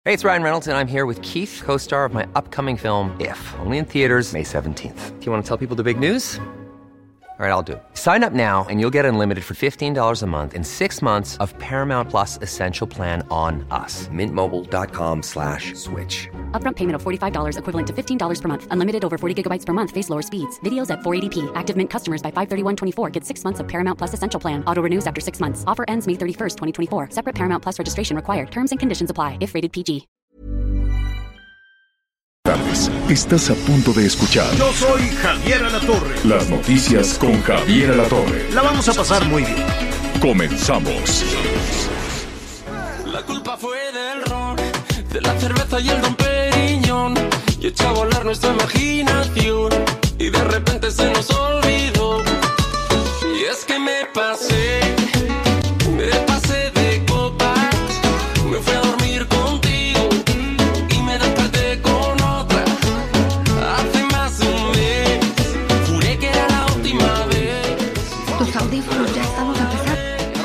Hey, it's Ryan Reynolds, and I'm here with Keith, co-star of my upcoming film, If, only in theaters May 17th. Do you want to tell people the big news? All right, I'll do it. Sign up now and you'll get unlimited for $15 a month and 6 months of Paramount Plus Essential Plan on us. MintMobile.com/switch. Upfront payment of $45 equivalent to $15 per month. Unlimited over 40 gigabytes per month. Face lower speeds. Videos at 480p. Active Mint customers by 531.24 get 6 months of Paramount Plus Essential Plan. Auto renews after 6 months. Offer ends May 31st, 2024. Separate Paramount Plus registration required. Terms and conditions apply if rated PG. Estás a punto de escuchar. Yo soy Javier Alatorre. Las noticias con Javier Alatorre. La vamos a pasar muy bien. Comenzamos. La culpa fue del ron, de la cerveza y el Don Periñón. Y echó a volar nuestra imaginación. Y de repente se nos olvidó. Y es que me pasé de copas. Me fui a dormir contigo. Y me desperté con otra. Hace más de un mes. Juré que era la última vez. Tus audífonos ya estamos a empezar.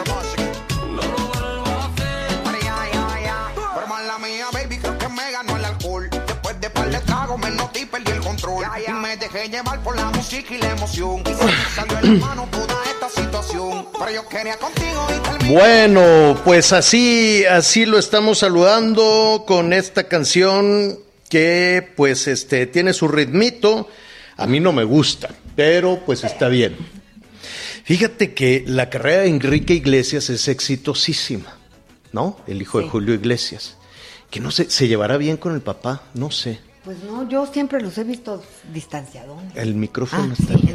No lo vuelvo a hacer. Pero mala mía, baby, creo que me ganó el alcohol. Después de par de tragos me noté y perdí el control. Y me dejé llevar por la música y la emoción. Y se me salió en la mano toda esta situación. Pero yo quería contigo y terminar. Bueno, pues así lo estamos saludando con esta canción que pues tiene su ritmito. A mí no me gusta, pero pues está bien. Fíjate que la carrera de Enrique Iglesias es exitosísima, ¿no? El hijo de Julio Iglesias. Que no sé, ¿se llevará bien con el papá? No sé. Pues no, yo siempre los he visto distanciadones. El micrófono está sí, bien.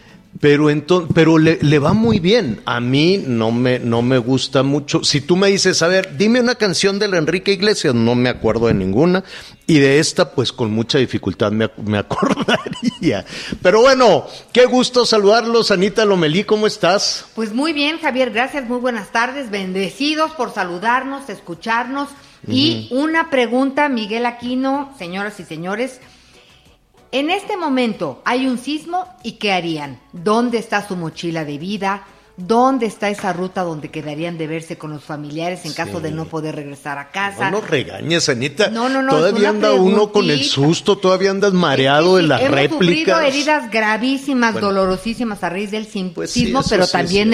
Pero le va muy bien. A mí no me gusta mucho. Si tú me dices, a ver, dime una canción de la Enrique Iglesias, no me acuerdo de ninguna. Y de esta, pues con mucha dificultad me acordaría. Pero bueno, qué gusto saludarlos. Anita Lomelí, ¿cómo estás? Pues muy bien, Javier, gracias, muy buenas tardes. Bendecidos por saludarnos, escucharnos. Y una pregunta, Miguel Aquino, señoras y señores. En este momento hay un sismo y ¿qué harían? ¿Dónde está su mochila de vida? ¿Dónde está esa ruta donde quedarían de verse con los familiares en caso de no poder regresar a casa? No nos regañes, Anita. No. Todavía anda uno con el susto, todavía andas mareado de las réplicas. Hemos sufrido heridas gravísimas, dolorosísimas a raíz del sismo, sí, pero sí también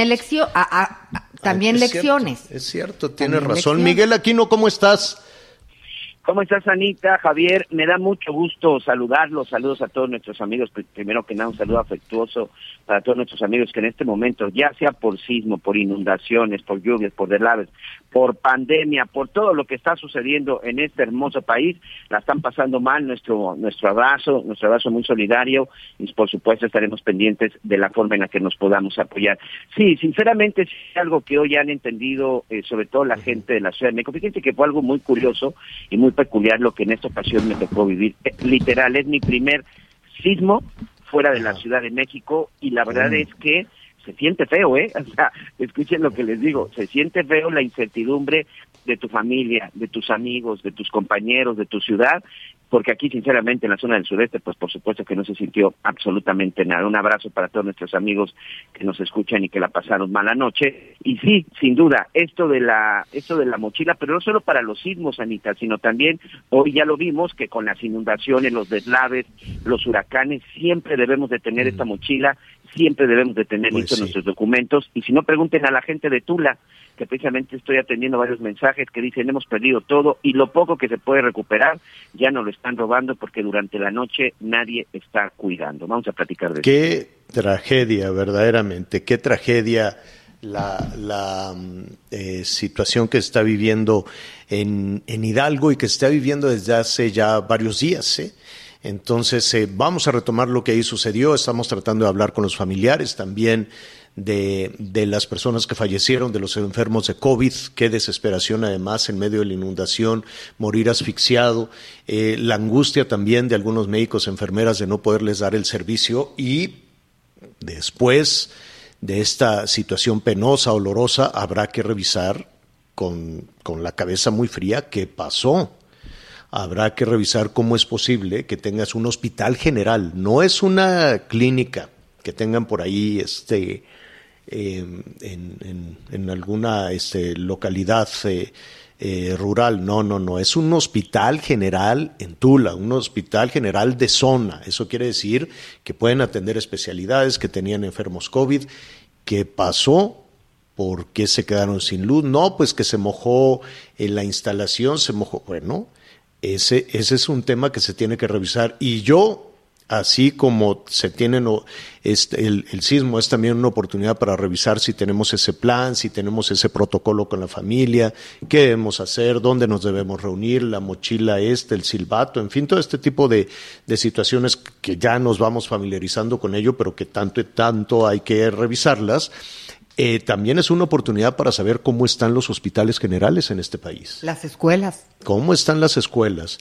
lecciones. Es cierto, tienes razón. Miguel Aquino, ¿cómo estás? ¿Cómo estás, Anita, Javier? Me da mucho gusto saludarlos. Saludos a todos nuestros amigos. Primero que nada, un saludo afectuoso para todos nuestros amigos que en este momento, ya sea por sismo, por inundaciones, por lluvias, por deslaves, por pandemia, por todo lo que está sucediendo en este hermoso país, la están pasando mal. Nuestro abrazo muy solidario, y por supuesto estaremos pendientes de la forma en la que nos podamos apoyar. Sí, sinceramente es algo que hoy han entendido, sobre todo la gente de la Ciudad de México. Fíjense que fue algo muy curioso y muy peculiar lo que en esta ocasión me tocó vivir. Literal, es mi primer sismo fuera de la Ciudad de México y la verdad es que se siente feo, O sea, escuchen lo que les digo, se siente feo la incertidumbre de tu familia, de tus amigos, de tus compañeros, de tu ciudad, porque aquí sinceramente en la zona del sureste, pues por supuesto que no se sintió absolutamente nada. Un abrazo para todos nuestros amigos que nos escuchan y que la pasaron mala noche. Y sí, sin duda, esto de la mochila, pero no solo para los sismos, Anita, sino también, hoy ya lo vimos, que con las inundaciones, los deslaves, los huracanes, siempre debemos de tener esta mochila, siempre debemos de tener listos nuestros documentos. Y si no, pregunten a la gente de Tula, que precisamente estoy atendiendo varios mensajes que dicen hemos perdido todo y lo poco que se puede recuperar ya nos lo están robando porque durante la noche nadie está cuidando. Vamos a platicar de eso. Qué tragedia, verdaderamente, qué tragedia la situación que está viviendo en Hidalgo y que se está viviendo desde hace ya varios días, Entonces, vamos a retomar lo que ahí sucedió. Estamos tratando de hablar con los familiares también de las personas que fallecieron, de los enfermos de COVID. Qué desesperación, además, en medio de la inundación, morir asfixiado. La angustia también de algunos médicos, enfermeras, de no poderles dar el servicio. Y después de esta situación penosa, olorosa, habrá que revisar con la cabeza muy fría qué pasó. Habrá que revisar cómo es posible que tengas un hospital general, no es una clínica que tengan por ahí en alguna localidad rural. No, es un hospital general en Tula, un hospital general de zona. Eso quiere decir que pueden atender especialidades, que tenían enfermos COVID. ¿Qué pasó? ¿Por qué se quedaron sin luz? No, pues que se mojó la instalación, se mojó. Bueno, ese es un tema que se tiene que revisar. Y yo, así como se tienen el sismo, es también una oportunidad para revisar si tenemos ese plan, si tenemos ese protocolo con la familia, qué debemos hacer, dónde nos debemos reunir, la mochila el silbato, en fin, todo este tipo de situaciones que ya nos vamos familiarizando con ello, pero que tanto hay que revisarlas. También es una oportunidad para saber cómo están los hospitales generales en este país. Las escuelas. ¿Cómo están las escuelas?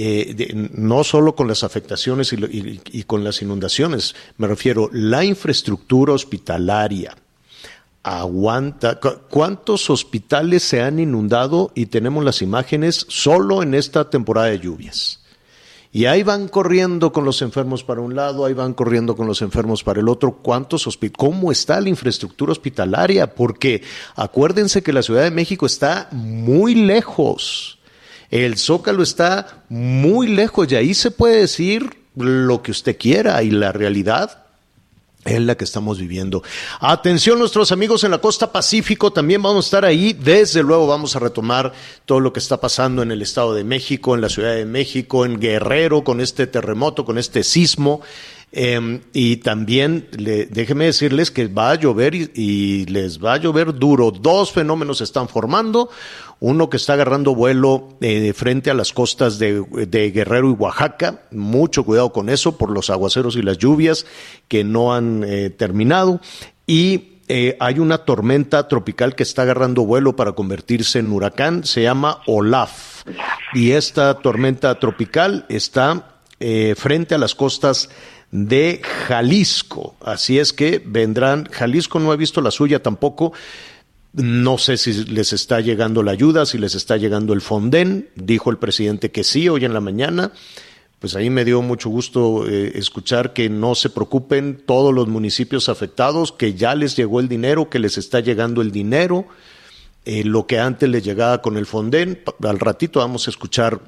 No solo con las afectaciones y con las inundaciones, me refiero, la infraestructura hospitalaria aguanta. ¿Cuántos hospitales se han inundado? Y tenemos las imágenes solo en esta temporada de lluvias. Y ahí van corriendo con los enfermos para un lado, ahí van corriendo con los enfermos para el otro. ¿Cómo está la infraestructura hospitalaria? Porque acuérdense que la Ciudad de México está muy lejos. El Zócalo está muy lejos y ahí se puede decir lo que usted quiera y la realidad es la que estamos viviendo. Atención, nuestros amigos en la costa Pacífico, también vamos a estar ahí. Desde luego vamos a retomar todo lo que está pasando en el Estado de México, en la Ciudad de México, en Guerrero, con este terremoto, con este sismo. Y también déjenme decirles que va a llover y les va a llover duro. Dos fenómenos se están formando. Uno que está agarrando vuelo frente a las costas de Guerrero y Oaxaca. Mucho cuidado con eso por los aguaceros y las lluvias que no han terminado. Y hay una tormenta tropical que está agarrando vuelo para convertirse en huracán. Se llama Olaf. Y esta tormenta tropical está frente a las costas de Jalisco. Así es que vendrán. Jalisco no he visto la suya tampoco. No sé si les está llegando la ayuda, si les está llegando el Fonden. Dijo el presidente que sí hoy en la mañana. Pues ahí me dio mucho gusto escuchar que no se preocupen todos los municipios afectados, que ya les llegó el dinero, que les está llegando el dinero, lo que antes les llegaba con el Fonden. Al ratito vamos a escuchar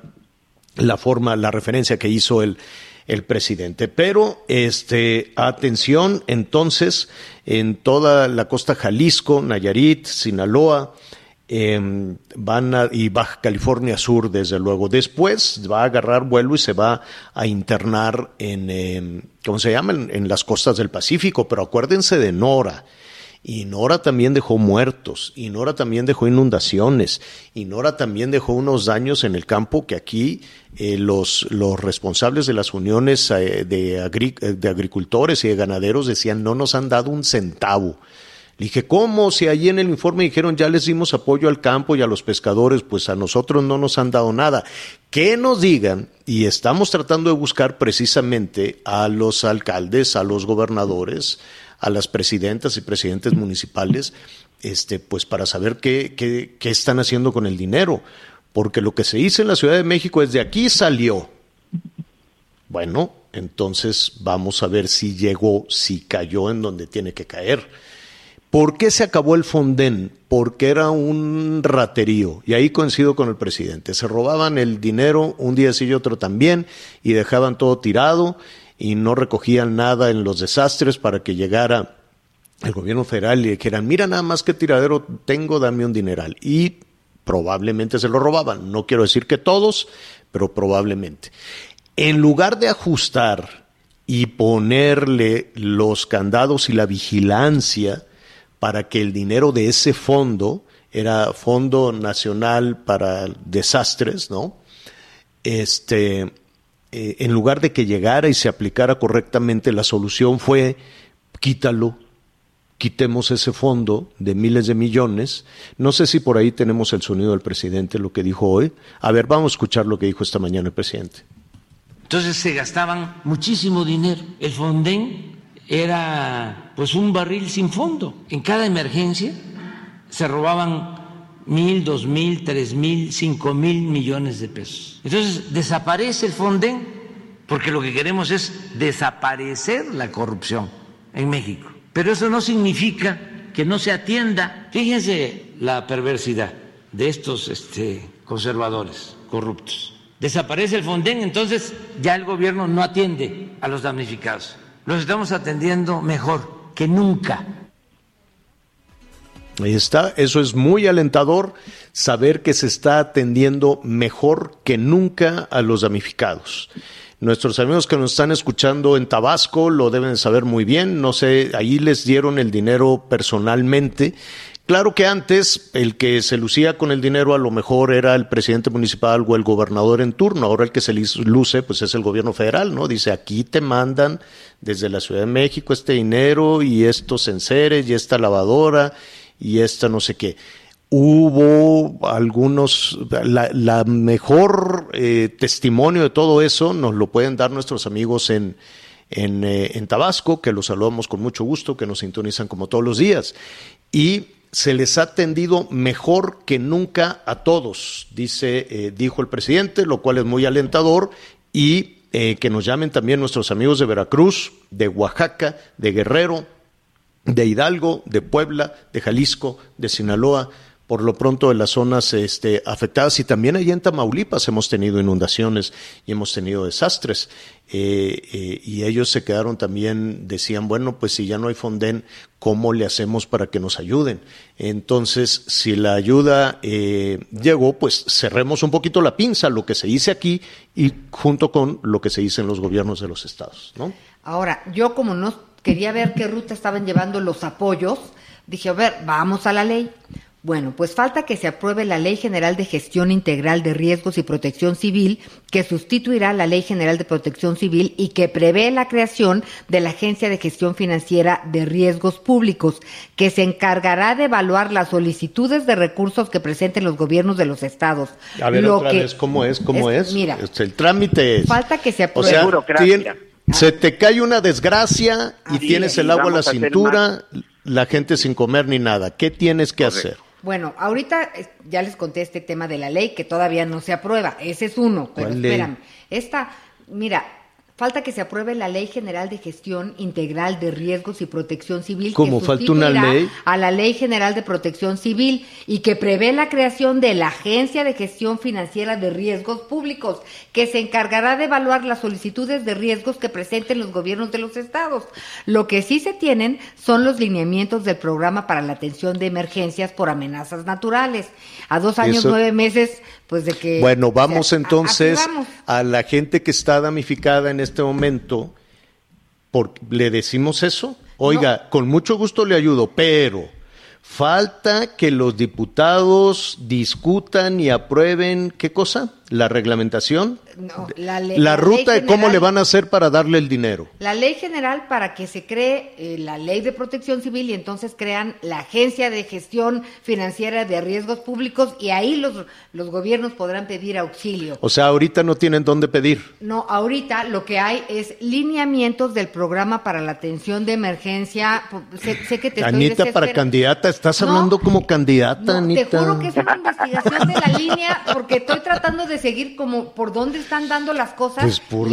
la referencia que hizo el presidente. Pero atención, entonces, en toda la costa Jalisco, Nayarit, Sinaloa, y Baja California Sur, desde luego. Después va a agarrar vuelo y se va a internar en las costas del Pacífico. Pero acuérdense de Nora. Y Nora también dejó muertos, y Nora también dejó inundaciones, y Nora también dejó unos daños en el campo que aquí los responsables de las uniones de agricultores y de ganaderos decían no nos han dado un centavo. Le dije, ¿cómo? Si allí en el informe dijeron ya les dimos apoyo al campo y a los pescadores, pues a nosotros no nos han dado nada. Que nos digan, y estamos tratando de buscar precisamente a los alcaldes, a los gobernadores, a las presidentas y presidentes municipales, pues para saber qué están haciendo con el dinero, porque lo que se hizo en la Ciudad de México es de aquí salió. Bueno, entonces vamos a ver si llegó, si cayó en donde tiene que caer. ¿Por qué se acabó el Fonden? Porque era un raterío, y ahí coincido con el presidente. Se robaban el dinero un día sí y otro también, y dejaban todo tirado, y no recogían nada en los desastres para que llegara el gobierno federal y dijeran, mira nada más qué tiradero tengo, dame un dineral. Y probablemente se lo robaban. No quiero decir que todos, pero probablemente. En lugar de ajustar y ponerle los candados y la vigilancia para que el dinero de ese fondo, era Fondo Nacional para Desastres, ¿no? En lugar de que llegara y se aplicara correctamente, la solución fue quitemos ese fondo de miles de millones. No sé si por ahí tenemos el sonido del presidente, lo que dijo hoy. A ver, vamos a escuchar lo que dijo esta mañana el presidente. Entonces se gastaban muchísimo dinero. El Fonden era pues un barril sin fondo. En cada emergencia se robaban 1,000, 2,000, 3,000, 5,000 millones de pesos. Entonces desaparece el Fonden porque lo que queremos es desaparecer la corrupción en México. Pero eso no significa que no se atienda. Fíjense la perversidad. de estos conservadores corruptos. Desaparece el Fonden, entonces ya el gobierno no atiende a los damnificados. Los estamos atendiendo mejor que nunca. Ahí está, eso es muy alentador, saber que se está atendiendo mejor que nunca a los damnificados. Nuestros amigos que nos están escuchando en Tabasco lo deben saber muy bien, no sé, ahí les dieron el dinero personalmente. Claro que antes el que se lucía con el dinero a lo mejor era el presidente municipal o el gobernador en turno, ahora el que se luce pues es el gobierno federal, ¿no? Dice, aquí te mandan desde la Ciudad de México este dinero y estos enseres y esta lavadora y esta no sé qué. Hubo algunos, la mejor testimonio de todo eso nos lo pueden dar nuestros amigos en Tabasco, que los saludamos con mucho gusto, que nos sintonizan como todos los días. Y se les ha atendido mejor que nunca a todos, dijo el presidente, lo cual es muy alentador, y que nos llamen también nuestros amigos de Veracruz, de Oaxaca, de Guerrero, de Hidalgo, de Puebla, de Jalisco, de Sinaloa, por lo pronto de las zonas afectadas, y también allá en Tamaulipas hemos tenido inundaciones y hemos tenido desastres, y ellos se quedaron también, decían, bueno, pues si ya no hay Fonden, ¿cómo le hacemos para que nos ayuden? Entonces, si la ayuda llegó, pues cerremos un poquito la pinza, lo que se dice aquí y junto con lo que se dice en los gobiernos de los estados, ¿no? Ahora, yo como no quería ver qué ruta estaban llevando los apoyos, dije, a ver, vamos a la ley. Bueno, pues falta que se apruebe la Ley General de Gestión Integral de Riesgos y Protección Civil, que sustituirá la Ley General de Protección Civil y que prevé la creación de la Agencia de Gestión Financiera de Riesgos Públicos, que se encargará de evaluar las solicitudes de recursos que presenten los gobiernos de los estados. A ver, otra vez, ¿cómo es? Mira, el trámite es... Falta que se apruebe. O sea, se te cae una desgracia y tienes el agua a la cintura, la gente sin comer ni nada. ¿Qué tienes que hacer? Bueno, ahorita ya les conté este tema de la ley que todavía no se aprueba. Ese es uno, pero espérame. Mira, falta que se apruebe la Ley General de Gestión Integral de Riesgos y Protección Civil, ¿cómo que falta una ley? A la Ley General de Protección Civil y que prevé la creación de la Agencia de Gestión Financiera de Riesgos Públicos, que se encargará de evaluar las solicitudes de riesgos que presenten los gobiernos de los estados. Lo que sí se tienen son los lineamientos del Programa para la Atención de Emergencias por Amenazas Naturales. A 2 años, 9 meses, pues de que... Bueno, vamos entonces a la gente que está damnificada en este momento, ¿le decimos eso? Oiga, con mucho gusto le ayudo, pero falta que los diputados discutan y aprueben, ¿qué cosa? ¿La reglamentación? No, la ruta de cómo le van a hacer para darle el dinero. La ley general para que se cree la ley de protección civil y entonces crean la Agencia de Gestión Financiera de Riesgos Públicos y ahí los gobiernos podrán pedir auxilio. O sea, ahorita no tienen dónde pedir. No, ahorita lo que hay es lineamientos del Programa para la Atención de Emergencia. Sé que te Anita, para candidata, estás hablando como candidata, Anita. Te juro que es una investigación de la línea porque estoy tratando de seguir como por dónde están dando las cosas. Pues por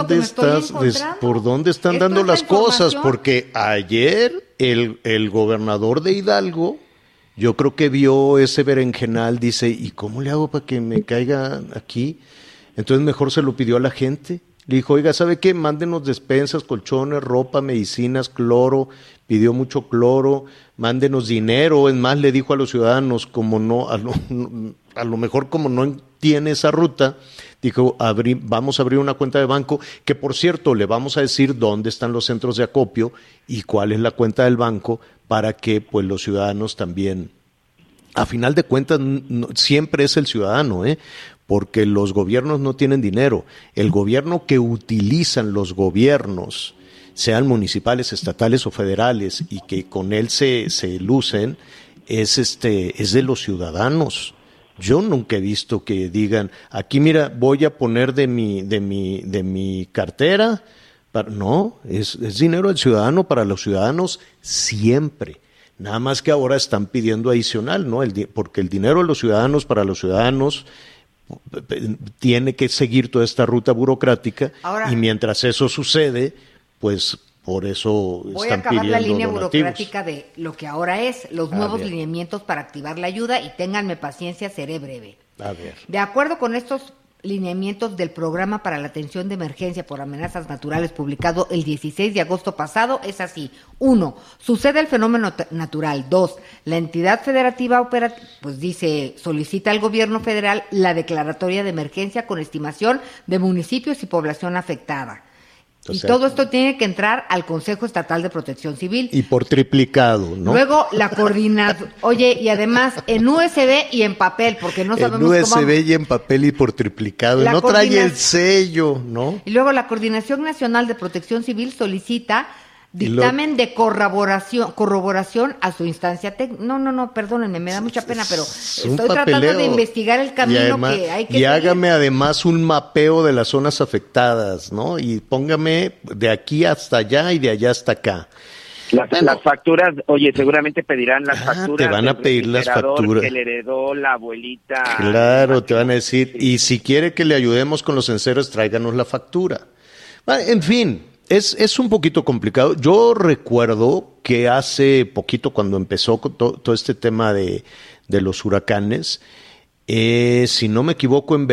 dónde están dando las cosas, porque ayer el gobernador de Hidalgo, yo creo que vio ese berenjenal, dice, ¿y cómo le hago para que me caiga aquí? Entonces mejor se lo pidió a la gente. Le dijo, oiga, ¿sabe qué? Mándenos despensas, colchones, ropa, medicinas, cloro, pidió mucho cloro, mándenos dinero. Es más, le dijo a los ciudadanos, como no, a lo mejor como no tiene esa ruta, dijo, vamos a abrir una cuenta de banco, que por cierto, le vamos a decir dónde están los centros de acopio y cuál es la cuenta del banco para que pues los ciudadanos también, a final de cuentas, siempre es el ciudadano, porque los gobiernos no tienen dinero. El gobierno que utilizan los gobiernos, sean municipales, estatales o federales, y que con él se lucen, es de los ciudadanos. Yo nunca he visto que digan, aquí mira, voy a poner de mi cartera. No, es dinero del ciudadano para los ciudadanos siempre. Nada más que ahora están pidiendo adicional, ¿no? Porque el dinero de los ciudadanos para los ciudadanos tiene que seguir toda esta ruta burocrática. Ahora, y mientras eso sucede, pues Por eso Voy están a acabar la pidiendo línea donativos. burocrática de lo que ahora es, los nuevos lineamientos para activar la ayuda, y ténganme paciencia, seré breve. A ver. De acuerdo con estos lineamientos del Programa para la Atención de Emergencia por Amenazas Naturales, publicado el 16 de agosto pasado, es así. 1. Sucede el fenómeno natural. 2. La entidad federativa solicita al gobierno federal la declaratoria de emergencia con estimación de municipios y población afectada. Y todo esto tiene que entrar al Consejo Estatal de Protección Civil. Y por triplicado, ¿no? Luego la coordinación. Oye, y además en USB y en papel, porque no sabemos en cómo. USB y en papel y por triplicado. No trae el sello, ¿no? Y luego la Coordinación Nacional de Protección Civil solicita dictamen de corroboración a su instancia técnica. No, perdónenme, me da mucha pena, pero estoy tratando de investigar el camino que hay que seguir. Hágame además un mapeo de las zonas afectadas, ¿no? Y póngame de aquí hasta allá y de allá hasta acá. Las facturas, oye, seguramente pedirán las facturas. Te van a pedir las facturas que le heredó la abuelita. Claro, te van a decir, y si quiere que le ayudemos con los enseres, tráiganos la factura. En fin. Es un poquito complicado. Yo recuerdo que hace poquito, cuando empezó todo este tema de los huracanes, si no me equivoco, en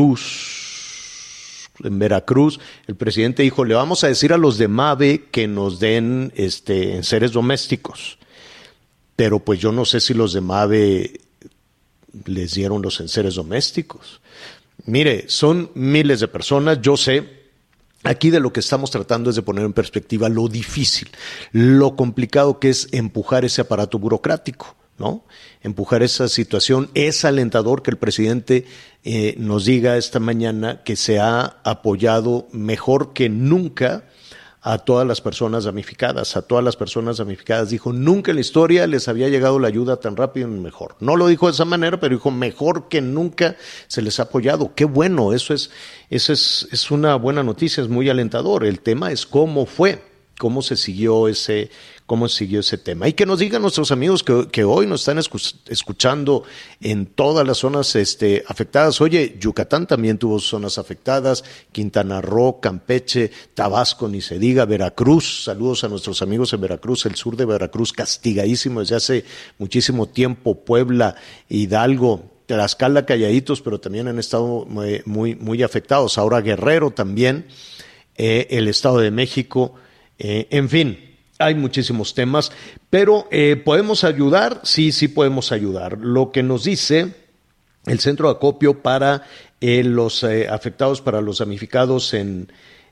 Veracruz, el presidente dijo, le vamos a decir a los de MAVE que nos den enseres domésticos. Pero pues yo no sé si los de MAVE les dieron los enseres domésticos. Mire, son miles de personas, yo sé. Aquí de lo que estamos tratando es de poner en perspectiva lo difícil, lo complicado que es empujar ese aparato burocrático, ¿no? Empujar esa situación. Es alentador que el presidente nos diga esta mañana que se ha apoyado mejor que nunca a todas las personas damnificadas, dijo, nunca en la historia les había llegado la ayuda tan rápido y mejor. No lo dijo de esa manera, pero dijo, mejor que nunca se les ha apoyado. Qué bueno, eso es una buena noticia, es muy alentador. El tema es cómo se siguió ese tema. Y que nos digan nuestros amigos que hoy nos están escuchando en todas las zonas afectadas. Oye, Yucatán también tuvo zonas afectadas, Quintana Roo, Campeche, Tabasco, ni se diga, Veracruz. Saludos a nuestros amigos en Veracruz, el sur de Veracruz castigadísimo desde hace muchísimo tiempo, Puebla, Hidalgo, Tlaxcala, calladitos, pero también han estado muy, muy afectados. Ahora Guerrero también, el Estado de México, en fin. Hay muchísimos temas, pero ¿podemos ayudar? Sí podemos ayudar. Lo que nos dice el centro de acopio para los afectados, para los damnificados en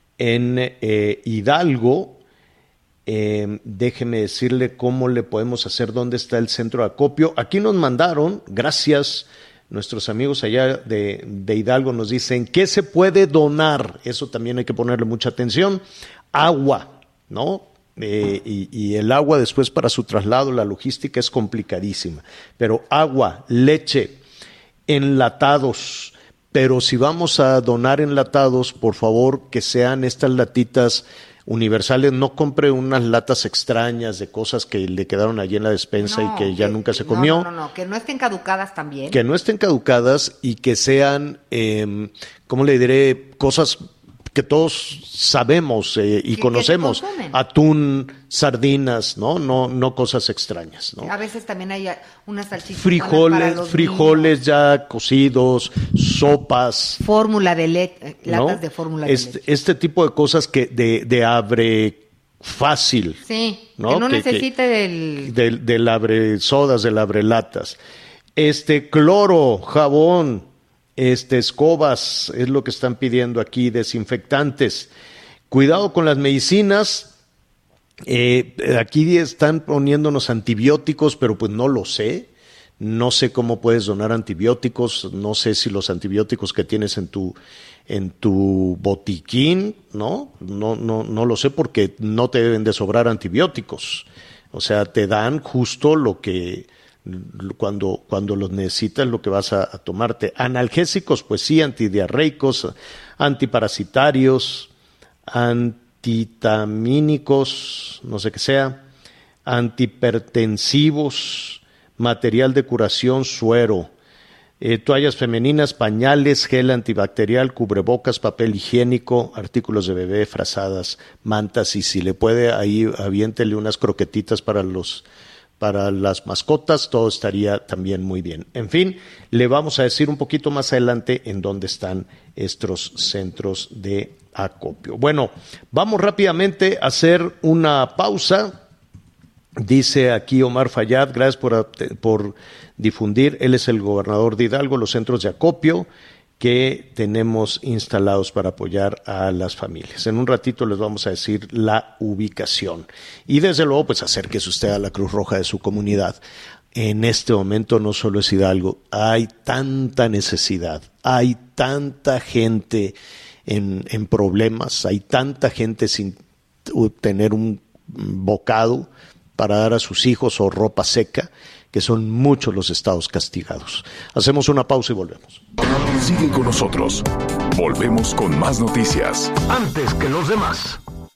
Hidalgo, déjeme decirle cómo le podemos hacer, dónde está el centro de acopio. Aquí nos mandaron, gracias, nuestros amigos allá de Hidalgo nos dicen, ¿qué se puede donar? Eso también hay que ponerle mucha atención. Agua, ¿no? Y el agua después para su traslado, la logística es complicadísima, pero agua, leche, enlatados, pero si vamos a donar enlatados, por favor que sean estas latitas universales, no compre unas latas extrañas de cosas que le quedaron allí en la despensa y que ya nunca se comió. No, que no estén caducadas también. Que no estén caducadas y que sean, ¿cómo le diré? Cosas que todos sabemos y conocemos, atún, sardinas, no cosas extrañas, ¿no? A veces también hay unas salchichas, frijoles ya cocidos, sopas, fórmula de leche, latas de fórmula de leche. Este tipo de cosas que de abre fácil, sí, ¿no? Que no necesite del abre sodas, del abre latas, cloro, jabón, escobas, es lo que están pidiendo aquí, desinfectantes. Cuidado con las medicinas. Aquí están poniéndonos antibióticos, pero pues no lo sé. No sé cómo puedes donar antibióticos. No sé si los antibióticos que tienes en tu botiquín, ¿no? No lo sé, porque no te deben de sobrar antibióticos. O sea, te dan justo lo que cuando los necesitas, lo que vas a tomarte. Analgésicos, pues sí, antidiarreicos, antiparasitarios, antihistamínicos, no sé qué sea, antihipertensivos, material de curación, suero, toallas femeninas, pañales, gel antibacterial, cubrebocas, papel higiénico, artículos de bebé, frazadas, mantas, y si le puede, ahí aviéntele unas croquetitas para las mascotas, todo estaría también muy bien. En fin, le vamos a decir un poquito más adelante en dónde están estos centros de acopio. Bueno, vamos rápidamente a hacer una pausa. Dice aquí Omar Fayad, gracias por difundir. Él es el gobernador de Hidalgo, los centros de acopio que tenemos instalados para apoyar a las familias. En un ratito les vamos a decir la ubicación. Y desde luego, pues acérquese usted a la Cruz Roja de su comunidad. En este momento no solo es Hidalgo, hay tanta necesidad, hay tanta gente en problemas, hay tanta gente sin tener un bocado para dar a sus hijos o ropa seca, que son muchos los estados castigados. Hacemos una pausa y volvemos. Sigue con nosotros. Volvemos con más noticias. Antes que los demás.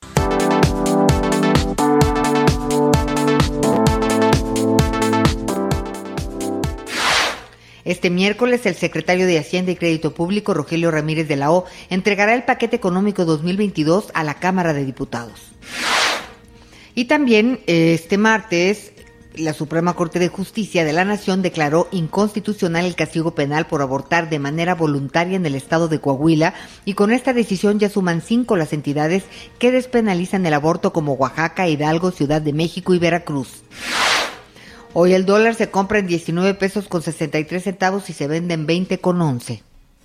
Este miércoles, el secretario de Hacienda y Crédito Público, Rogelio Ramírez de la O, entregará el paquete económico 2022 a la Cámara de Diputados. Y también este martes, la Suprema Corte de Justicia de la Nación declaró inconstitucional el castigo penal por abortar de manera voluntaria en el estado de Coahuila, y con esta decisión ya suman 5 las entidades que despenalizan el aborto, como Oaxaca, Hidalgo, Ciudad de México y Veracruz. Hoy el dólar se compra en 19 pesos con 63 centavos y se vende en 20 con 11.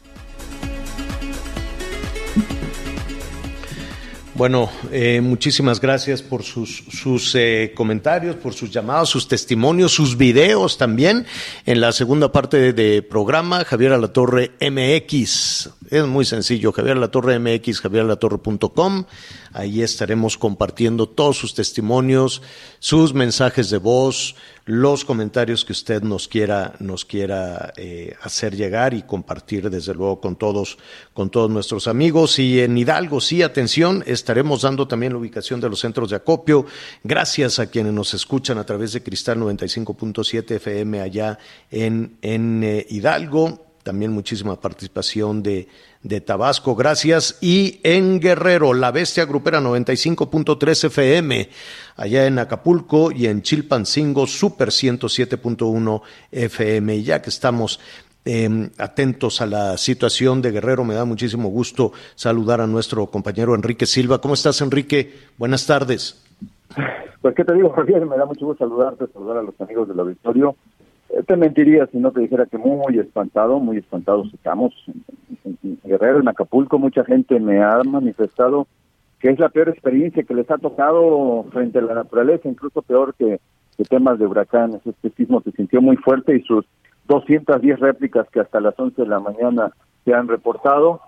Bueno, muchísimas gracias por sus comentarios, por sus llamados, sus testimonios, sus videos también. En la segunda parte de programa, Javier Alatorre MX. Es muy sencillo, Javier Alatorre MX, javieralatorre.com. Ahí estaremos compartiendo todos sus testimonios, sus mensajes de voz, los comentarios que usted nos quiera hacer llegar y compartir, desde luego, con todos nuestros amigos. Y en Hidalgo, sí, atención, estaremos dando también la ubicación de los centros de acopio. Gracias a quienes nos escuchan a través de Cristal 95.7 FM allá en Hidalgo. También muchísima participación de Tabasco, gracias. Y en Guerrero, La Bestia Grupera 95.3 FM, allá en Acapulco, y en Chilpancingo, Super 107.1 FM. Y ya que estamos atentos a la situación de Guerrero, me da muchísimo gusto saludar a nuestro compañero Enrique Silva. ¿Cómo estás, Enrique? Buenas tardes. Pues, ¿qué te digo, Javier? Me da mucho gusto saludar a los amigos del auditorio. Te mentiría si no te dijera que muy espantados estamos en Guerrero, en Acapulco. Mucha gente me ha manifestado que es la peor experiencia que les ha tocado frente a la naturaleza, incluso peor que temas de huracanes. Este sismo se sintió muy fuerte y sus 210 réplicas que hasta las 11 de la mañana se han reportado.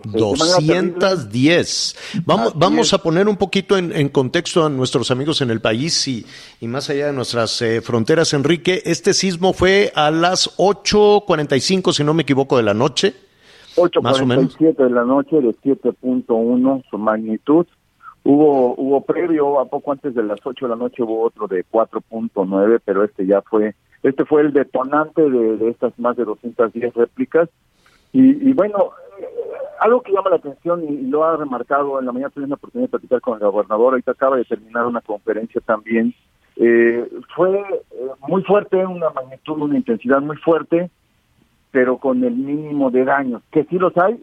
210. Vamos a poner un poquito en contexto a nuestros amigos en el país y más allá de nuestras fronteras, Enrique. Este sismo fue a las 8:45, si no me equivoco, de la noche. 8:47 de la noche, de 7.1 su magnitud. Hubo previo, a poco antes de las 8 de la noche, hubo otro de 4.9, pero este fue el detonante de estas más de 210 réplicas. Y bueno, algo que llama la atención y lo ha remarcado, en la mañana tuve una oportunidad de platicar con el gobernador, ahorita acaba de terminar una conferencia también, fue muy fuerte, una magnitud, una intensidad muy fuerte, pero con el mínimo de daños, que sí los hay,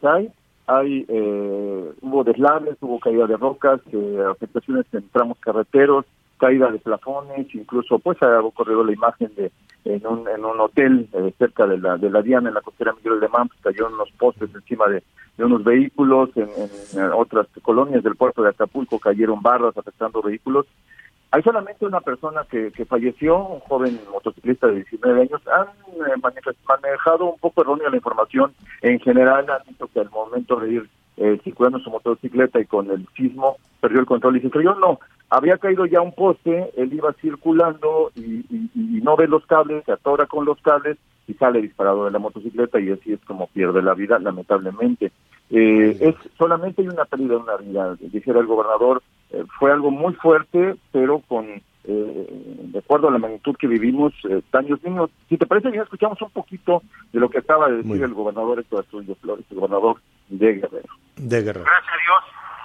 hubo deslaves, hubo caída de rocas, afectaciones en tramos carreteros, caída de plafones, incluso pues ha ocurrido la imagen de en un hotel cerca de la Diana, en la costera Miguel Alemán, pues cayó unos postes encima de unos vehículos. En otras colonias del puerto de Acapulco cayeron barras afectando vehículos. Hay solamente una persona que falleció, un joven motociclista de 19 años. Han manejado un poco errónea la información. En general han dicho que al momento de ir circulando su motocicleta y con el sismo perdió el control y se estrelló. No, había caído ya un poste, él iba circulando y no ve los cables, se atora con los cables y sale disparado de la motocicleta, y así es como pierde la vida, lamentablemente. Es solamente hay una pérdida de una vida, dijera el gobernador. Fue algo muy fuerte, pero con de acuerdo a la magnitud que vivimos, daños mínimos. Si te parece bien, escuchamos un poquito de lo que acaba de decir el gobernador Héctor Astudillo Flores, el gobernador de Guerrero. Gracias a Dios,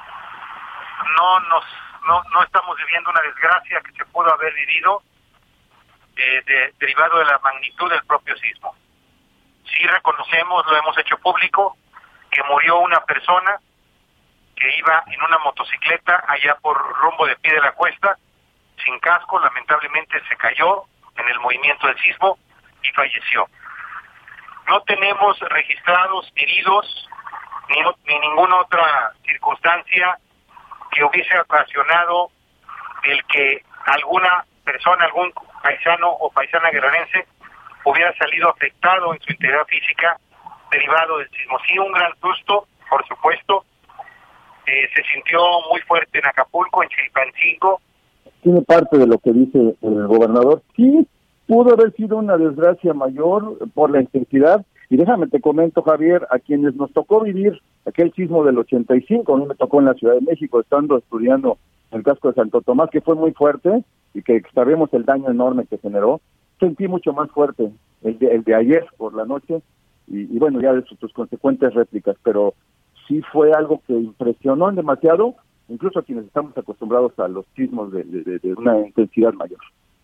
no estamos viviendo una desgracia que se pudo haber vivido derivado de la magnitud del propio sismo. Sí reconocemos, lo hemos hecho público, que murió una persona que iba en una motocicleta allá por rumbo de Pie de la Cuesta, sin casco, lamentablemente se cayó en el movimiento del sismo y falleció. No tenemos registrados heridos ni ninguna otra circunstancia que hubiese ocasionado el que alguna persona, algún paisano o paisana guerrerense hubiera salido afectado en su integridad física derivado del sismo. Sí, un gran susto, por supuesto, se sintió muy fuerte en Acapulco, en Chilpancingo. Tiene parte de lo que dice el gobernador. Sí, pudo haber sido una desgracia mayor por la intensidad. Y déjame te comento, Javier, a quienes nos tocó vivir aquel sismo del 85, a mí me tocó en la Ciudad de México, estando estudiando en el casco de Santo Tomás, que fue muy fuerte y que sabemos el daño enorme que generó. Sentí mucho más fuerte el de ayer por la noche y bueno, ya de sus consecuentes réplicas, pero sí fue algo que impresionó demasiado, incluso a quienes estamos acostumbrados a los sismos de una intensidad mayor.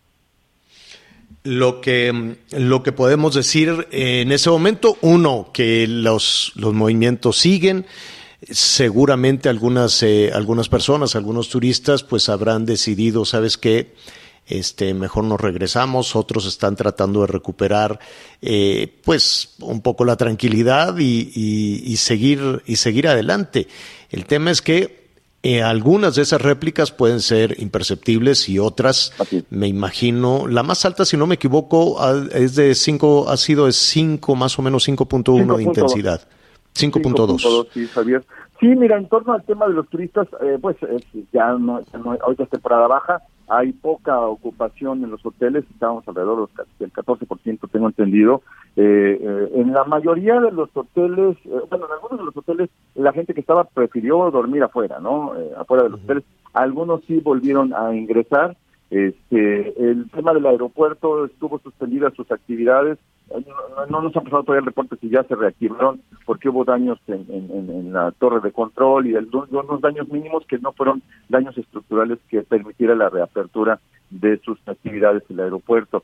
Lo que podemos decir en ese momento, uno, que los movimientos siguen. Seguramente algunas personas, algunos turistas, pues habrán decidido, ¿sabes qué? Mejor nos regresamos. Otros están tratando de recuperar, pues, un poco la tranquilidad y seguir adelante. El tema es que algunas de esas réplicas pueden ser imperceptibles y otras, me imagino, la más alta, si no me equivoco, es de 5, ha sido de 5, más o menos 5.1 de intensidad. 5.2. Sí, Javier. Sí, mira, en torno al tema de los turistas, pues ya no, ahorita es temporada baja, hay poca ocupación en los hoteles, estamos alrededor del 14%, tengo entendido. En la mayoría de los hoteles, bueno, en algunos de los hoteles, la gente que estaba prefirió dormir afuera, ¿no? Afuera de los hoteles. Algunos sí volvieron a ingresar. El tema del aeropuerto estuvo suspendida sus actividades. No nos han pasado todavía el reporte si ya se reactivaron, porque hubo daños en la torre de control y unos daños mínimos que no fueron daños estructurales que permitiera la reapertura de sus actividades en el aeropuerto.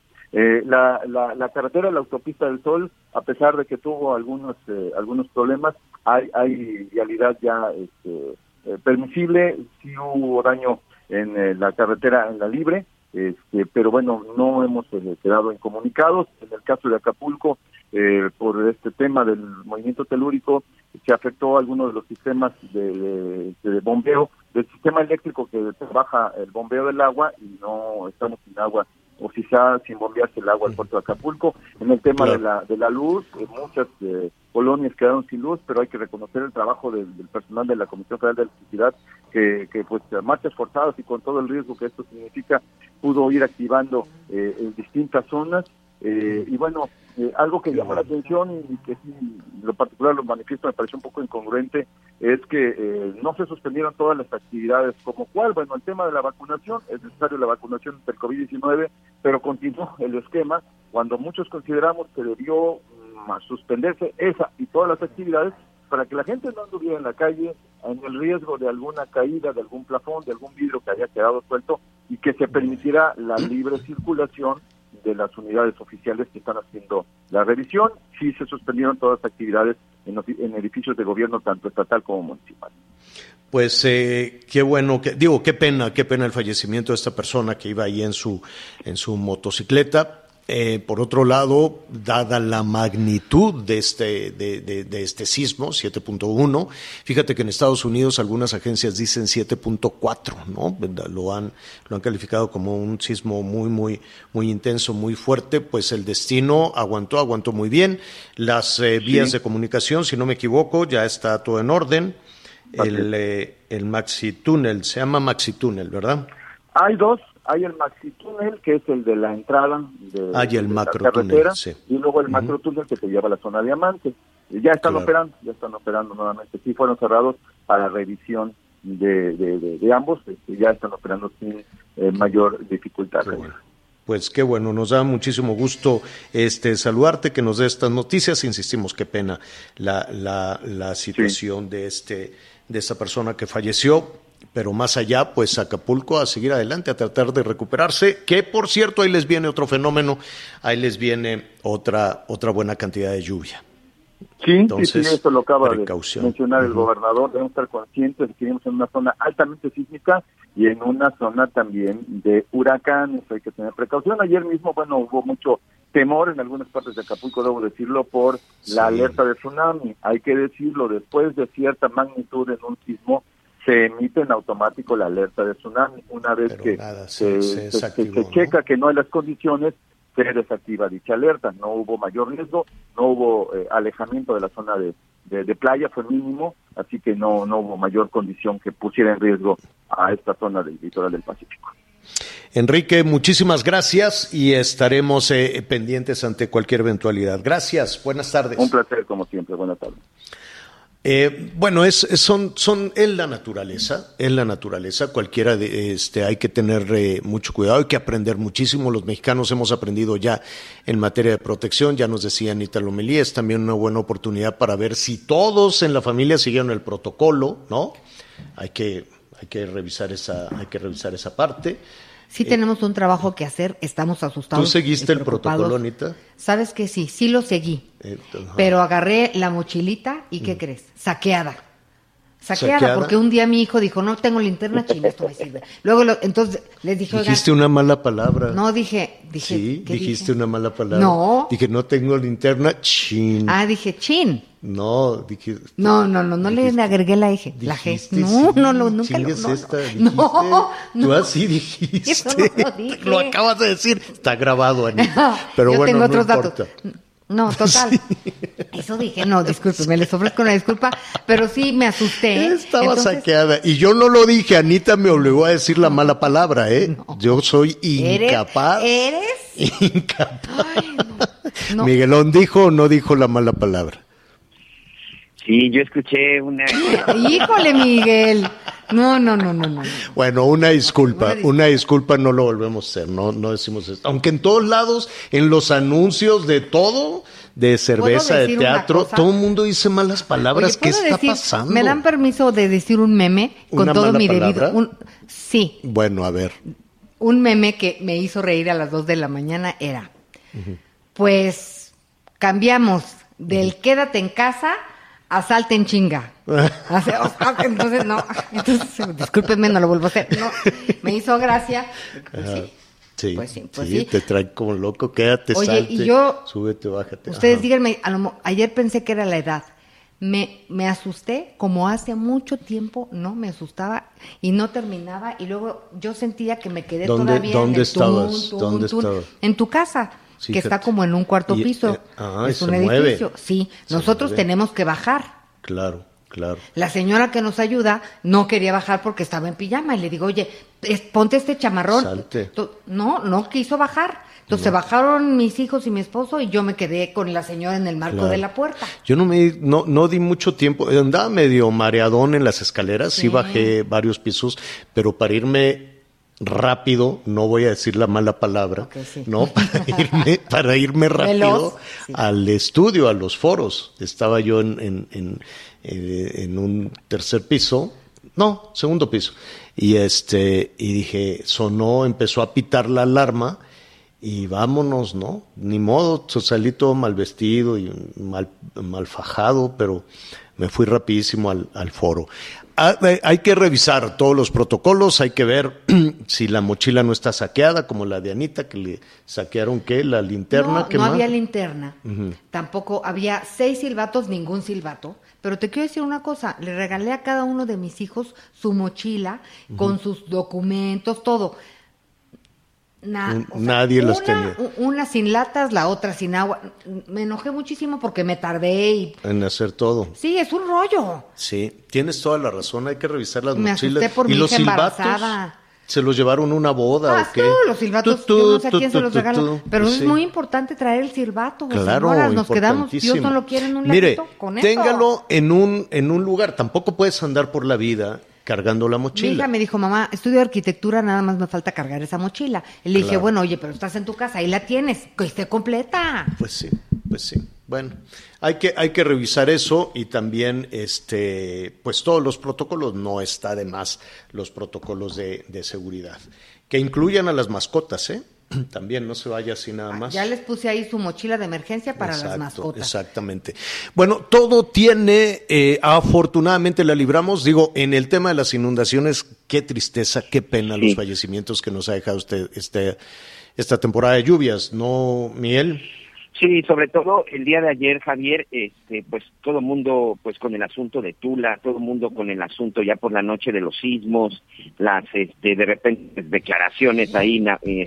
La carretera, la autopista del Sol, a pesar de que tuvo algunos problemas, hay vialidad ya permisible. Sí hubo daño en la carretera, en la libre, pero bueno, no hemos quedado incomunicados. En el caso de Acapulco, por este tema del movimiento telúrico, se afectó a algunos de los sistemas de bombeo, del sistema eléctrico que trabaja el bombeo del agua, y no estamos sin agua, o quizá sin bombearse el agua al puerto de Acapulco. En el tema de la luz, muchas colonias quedaron sin luz, pero hay que reconocer el trabajo del personal de la Comisión Federal de Electricidad, que pues a marchas forzadas y con todo el riesgo que esto significa, pudo ir activando en distintas zonas. Y bueno, algo que llama la atención y que sí, en lo particular lo manifiesto, me pareció un poco incongruente, es que no se suspendieron todas las actividades, como cuál, bueno, el tema de la vacunación, es necesario la vacunación del COVID-19, pero continuó el esquema cuando muchos consideramos que debió suspenderse esa y todas las actividades para que la gente no anduviera en la calle en el riesgo de alguna caída, de algún plafón, de algún vidrio que haya quedado suelto, y que se permitiera la libre circulación de las unidades oficiales que están haciendo la revisión. Sí se suspendieron todas las actividades en edificios de gobierno, tanto estatal como municipal. Pues qué bueno, qué pena el fallecimiento de esta persona que iba ahí en su motocicleta. Por otro lado, dada la magnitud de este sismo, 7.1, fíjate que en Estados Unidos algunas agencias dicen 7.4, ¿no? Lo han calificado como un sismo muy intenso, muy fuerte. Pues el destino aguantó muy bien. Las vías de comunicación, si no me equivoco, ya está todo en orden. El maxitúnel, se llama maxitúnel, ¿verdad? Hay dos. Hay el maxitúnel, que es el de la entrada de la carretera, sí. Y luego el macrotúnel que te lleva a la zona Diamante. Ya están operando nuevamente. Sí fueron cerrados para revisión de ambos ya están operando sin mayor dificultad. Bueno. Pues qué bueno, nos da muchísimo gusto saludarte, que nos dé estas noticias. Insistimos, qué pena la situación de esta persona que falleció, pero más allá, pues Acapulco a seguir adelante, a tratar de recuperarse, que por cierto, ahí les viene otro fenómeno, ahí les viene otra buena cantidad de lluvia. Sí, entonces, sí, esto lo acaba de precaución. mencionar el gobernador. Debemos estar conscientes de que vivimos en una zona altamente sísmica y en una zona también de huracanes. Hay que tener precaución. Ayer mismo, hubo mucho temor en algunas partes de Acapulco, debo decirlo, por la alerta de tsunami. Hay que decirlo, después de cierta magnitud en un sismo, se emite en automático la alerta de tsunami. Una vez que se checa que no hay las condiciones, se desactiva dicha alerta. No hubo mayor riesgo, no hubo alejamiento de la zona de playa, fue mínimo, así que no hubo mayor condición que pusiera en riesgo a esta zona del litoral del Pacífico. Enrique, muchísimas gracias y estaremos pendientes ante cualquier eventualidad. Gracias, buenas tardes. Un placer, como siempre, buenas tardes. Son la naturaleza, cualquiera hay que tener mucho cuidado, hay que aprender muchísimo. Los mexicanos hemos aprendido ya en materia de protección, ya nos decía Anita Lomelí, es también una buena oportunidad para ver si todos en la familia siguieron el protocolo, ¿no? Hay que revisar esa parte. Sí tenemos un trabajo que hacer, estamos asustados. ¿Tú seguiste el protocolo, Anita? ¿Sabes qué? Sí lo seguí. Pero agarré la mochilita y ¿qué crees? Saqueada, porque un día mi hijo dijo, no tengo linterna china, esto me sirve. Luego, entonces les dije, dijiste una mala palabra. No, dije. Sí, dijiste dije? una mala palabra. No. Dije, no tengo linterna chin. Dije chin. No, dije. No le agregué la G. La G. No, nunca lo. No. Tú así dijiste. Eso no lo dije. Lo acabas de decir. Está grabado, Anita. Pero yo bueno, tengo otros no importa. datos. No, total. Sí. Eso dije, no, discúlpeme, les ofrezco una disculpa, pero sí me asusté. Estaba saqueada. Y yo no lo dije, Anita me obligó a decir la mala palabra, ¿eh? No. Yo soy incapaz. ¿Eres? Incapaz. Ay, no. ¿Miguelón dijo o no dijo la mala palabra? Sí, yo escuché una... Híjole, Miguel. No. Bueno, una disculpa, no lo volvemos a hacer, no decimos esto. Aunque en todos lados, en los anuncios de todo, de cerveza, de teatro, todo el mundo dice malas palabras. Oye, ¿qué está pasando? ¿Me dan permiso de decir un meme con todo mi debido? Sí. Bueno, a ver. Un meme que me hizo reír a las 2 de la mañana era, pues, cambiamos del quédate en casa a salte en chinga. Entonces, discúlpenme, no lo vuelvo a hacer. No, me hizo gracia. Pues sí. Te trae como loco, quédate, salte, y yo, súbete, bájate. Ustedes díganme, ayer pensé que era la edad. Me asusté, como hace mucho tiempo, no me asustaba y no terminaba, y luego yo sentía que me quedé todavía ¿Dónde estabas? En tu casa. Sí, que está como en un cuarto piso. Es un edificio. Sí, nosotros tenemos que bajar. Claro. La señora que nos ayuda no quería bajar porque estaba en pijama y le digo, oye, ponte este chamarrón. Salte. No quiso bajar. Entonces bajaron mis hijos y mi esposo y yo me quedé con la señora en el marco de la puerta. Yo no di mucho tiempo, andaba medio mareadón en las escaleras, sí bajé varios pisos, pero para irme rápido, no voy a decir la mala palabra, ¿no? Para irme rápido al estudio, a los foros. Estaba yo en un segundo piso. Y dije, empezó a pitar la alarma y vámonos, ¿no? Ni modo, salí todo mal vestido y mal fajado, pero me fui rapidísimo al foro. Hay que revisar todos los protocolos, hay que ver si la mochila no está saqueada, como la de Anita, que le saquearon, ¿qué? La linterna. No había linterna, tampoco había 6 silbatos, ningún silbato, pero te quiero decir una cosa, le regalé a cada uno de mis hijos su mochila con sus documentos, todo. Nadie los tenía. Una sin latas, la otra sin agua. Me enojé muchísimo porque me tardé en hacer todo. Sí, es un rollo. Sí, tienes toda la razón. Hay que revisar las me mochilas. Asusté por y mi los hija silbatos. Embarazada. ¿Se los llevaron a una boda o qué? No, los silbatos, yo no sé a quién se los regaló. Pero es muy importante traer el silbato. Claro, señoras, nos quedamos, Dios no lo quiere en un latito con téngalo en un lugar. Tampoco puedes andar por la vida cargando la mochila. Mi hija me dijo, mamá, estudio arquitectura, nada más me falta cargar esa mochila. Y le dije, bueno, oye, pero estás en tu casa, ahí la tienes, que esté completa. Pues sí. Bueno, hay que revisar eso y también, pues todos los protocolos, no está de más los protocolos de seguridad, que incluyan a las mascotas, También no se vaya así nada más. Ya les puse ahí su mochila de emergencia para las mascotas. Exactamente. Bueno, todo tiene, afortunadamente la libramos. Digo, en el tema de las inundaciones, qué tristeza, qué pena los fallecimientos que nos ha dejado esta temporada de lluvias, ¿no, Miguel? Sí, sobre todo el día de ayer, Javier, pues todo el mundo pues con el asunto de Tula, todo el mundo con el asunto ya por la noche de los sismos, las de repente declaraciones ahí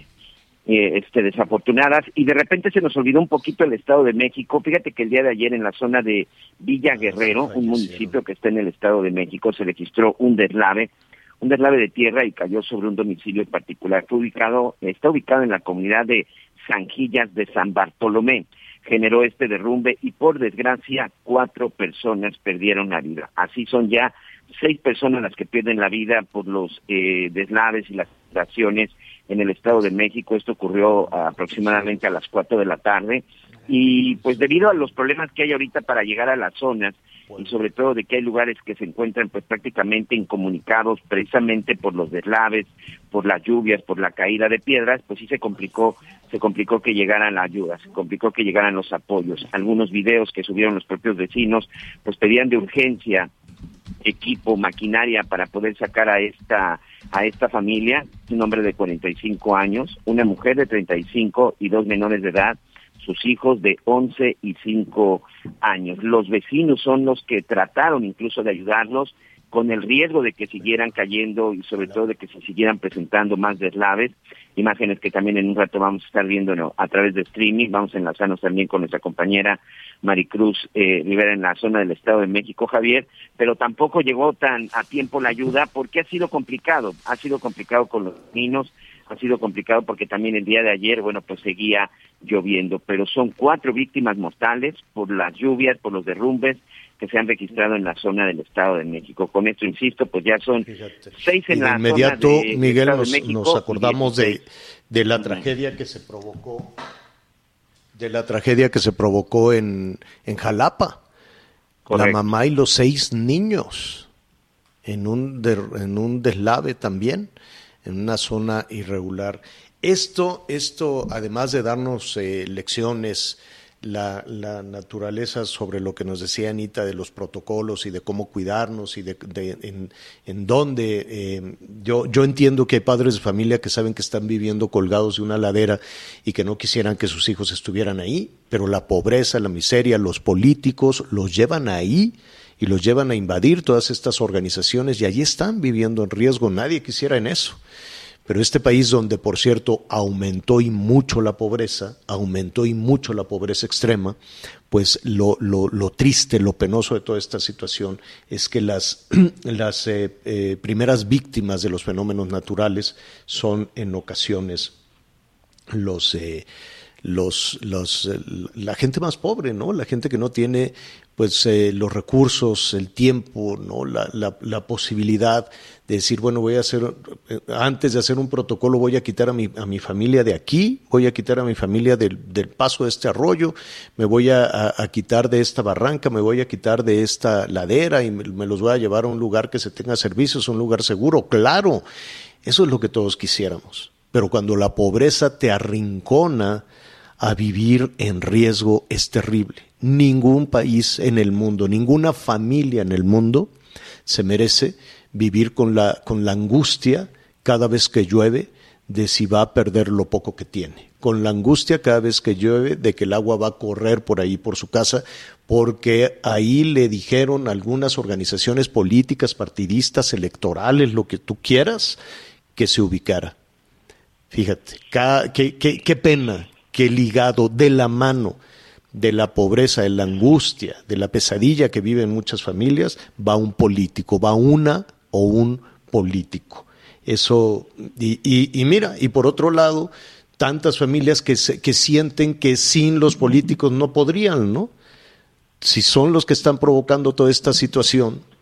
desafortunadas, y de repente se nos olvidó un poquito el Estado de México. Fíjate que el día de ayer en la zona de Villa Guerrero, un municipio que está en el Estado de México, se registró un deslave de tierra y cayó sobre un domicilio en particular. Está ubicado en la comunidad de Zanjillas de San Bartolomé. Generó este derrumbe y por desgracia 4 personas perdieron la vida. Así son ya 6 personas las que pierden la vida por los deslaves y las inundaciones en el Estado de México. Esto ocurrió aproximadamente a las 4 de la tarde y pues debido a los problemas que hay ahorita para llegar a las zonas y sobre todo de que hay lugares que se encuentran pues prácticamente incomunicados precisamente por los deslaves, por las lluvias, por la caída de piedras, pues sí se complicó que llegaran la ayuda, se complicó que llegaran los apoyos. Algunos videos que subieron los propios vecinos pues pedían de urgencia equipo, maquinaria para poder sacar a esta familia, un hombre de 45 años, una mujer de 35 y 2 menores de edad, sus hijos de 11 y 5 años. Los vecinos son los que trataron incluso de ayudarlos con el riesgo de que siguieran cayendo y sobre todo de que se siguieran presentando más deslaves. Imágenes que también en un rato vamos a estar viendo a través de streaming. Vamos a enlazarnos también con nuestra compañera Maricruz Rivera en la zona del Estado de México, Javier, pero tampoco llegó tan a tiempo la ayuda porque ha sido complicado con los niños, ha sido complicado porque también el día de ayer, bueno, pues seguía lloviendo, pero son 4 víctimas mortales por las lluvias, por los derrumbes que se han registrado en la zona del Estado de México. Con esto, insisto, pues ya son 6 en la inmediato, zona de Miguel, Estado de México, nos acordamos de la tragedia que se provocó, en Jalapa. Correcto. La mamá y los 6 niños en un deslave también, en una zona irregular. Esto además de darnos lecciones, la naturaleza sobre lo que nos decía Anita de los protocolos y de cómo cuidarnos y en dónde, yo entiendo que hay padres de familia que saben que están viviendo colgados de una ladera y que no quisieran que sus hijos estuvieran ahí, pero la pobreza, la miseria, los políticos los llevan ahí y los llevan a invadir todas estas organizaciones y allí están viviendo en riesgo. Nadie quisiera en eso. Pero este país donde, por cierto, aumentó y mucho la pobreza extrema, pues lo triste, lo penoso de toda esta situación es que las primeras víctimas de los fenómenos naturales son en ocasiones la gente más pobre, ¿no? La gente que no tiene pues los recursos, el tiempo, ¿no? La posibilidad de decir, bueno, voy a hacer, antes de hacer un protocolo, voy a quitar a mi familia de aquí, voy a quitar a mi familia del paso de este arroyo, me voy a quitar de esta barranca, me voy a quitar de esta ladera y me los voy a llevar a un lugar que se tenga servicios, un lugar seguro. Claro, eso es lo que todos quisiéramos. Pero cuando la pobreza te arrincona a vivir en riesgo, es terrible. Ningún país en el mundo, ninguna familia en el mundo se merece vivir con la angustia cada vez que llueve de si va a perder lo poco que tiene. Con la angustia cada vez que llueve de que el agua va a correr por ahí, por su casa, porque ahí le dijeron algunas organizaciones políticas, partidistas, electorales, lo que tú quieras, que se ubicara. Fíjate, qué pena que ligado de la mano de la pobreza, de la angustia, de la pesadilla que viven muchas familias, va un político, va una o un político. Eso, y mira, y por otro lado, tantas familias que sienten que sin los políticos no podrían, ¿no? Si son los que están provocando toda esta situación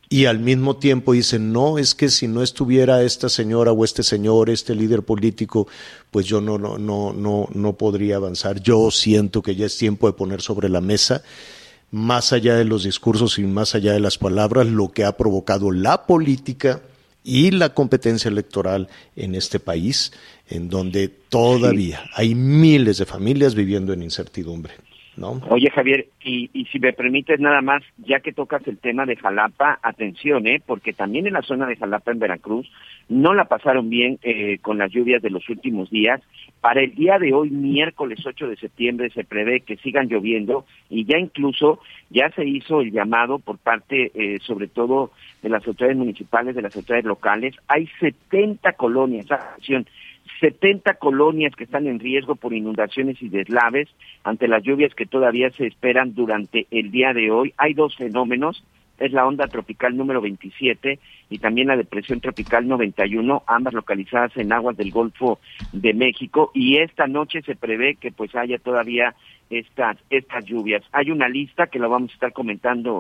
Y al mismo tiempo dicen, no, es que si no estuviera esta señora o este señor, este líder político, pues yo no podría avanzar. Yo siento que ya es tiempo de poner sobre la mesa, más allá de los discursos y más allá de las palabras, lo que ha provocado la política y la competencia electoral en este país, en donde todavía hay miles de familias viviendo en incertidumbre, ¿no? Oye, Javier, y si me permites nada más, ya que tocas el tema de Jalapa, atención, porque también en la zona de Jalapa, en Veracruz, no la pasaron bien con las lluvias de los últimos días. Para el día de hoy, miércoles 8 de septiembre, se prevé que sigan lloviendo y ya incluso ya se hizo el llamado por parte, sobre todo, de las autoridades municipales, de las autoridades locales. Hay 70 colonias, atención, 70 colonias que están en riesgo por inundaciones y deslaves ante las lluvias que todavía se esperan durante el día de hoy. Hay dos fenómenos, es la onda tropical número 27 y también la depresión tropical 91, ambas localizadas en aguas del Golfo de México, y esta noche se prevé que pues haya todavía estas lluvias. Hay una lista que la vamos a estar comentando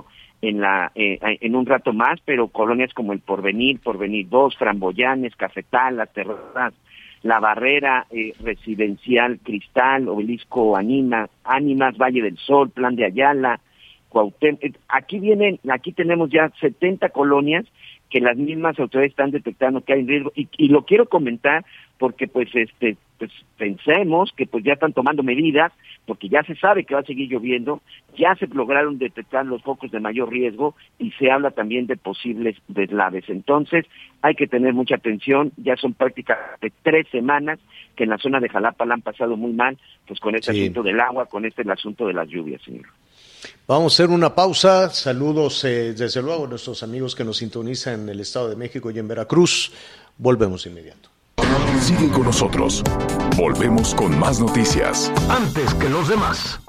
en un rato más, pero colonias como el Porvenir 2, Framboyanes, Cafetal, Las Terrazas, La Barrera, Residencial Cristal, Obelisco Ánimas, Valle del Sol, Plan de Ayala, Cuauhtémoc. Aquí tenemos ya 70 colonias que las mismas autoridades están detectando que hay en riesgo, y lo quiero comentar porque pues pensemos que pues ya están tomando medidas, porque ya se sabe que va a seguir lloviendo, ya se lograron detectar los focos de mayor riesgo y se habla también de posibles deslaves. Entonces hay que tener mucha atención, ya son prácticamente 3 semanas que en la zona de Jalapa la han pasado muy mal, pues con este asunto del agua, con el asunto de las lluvias, señor. Vamos a hacer una pausa. Saludos desde luego a nuestros amigos que nos sintonizan en el Estado de México y en Veracruz. Volvemos inmediato. Sigue con nosotros. Volvemos con más noticias. Antes que los demás.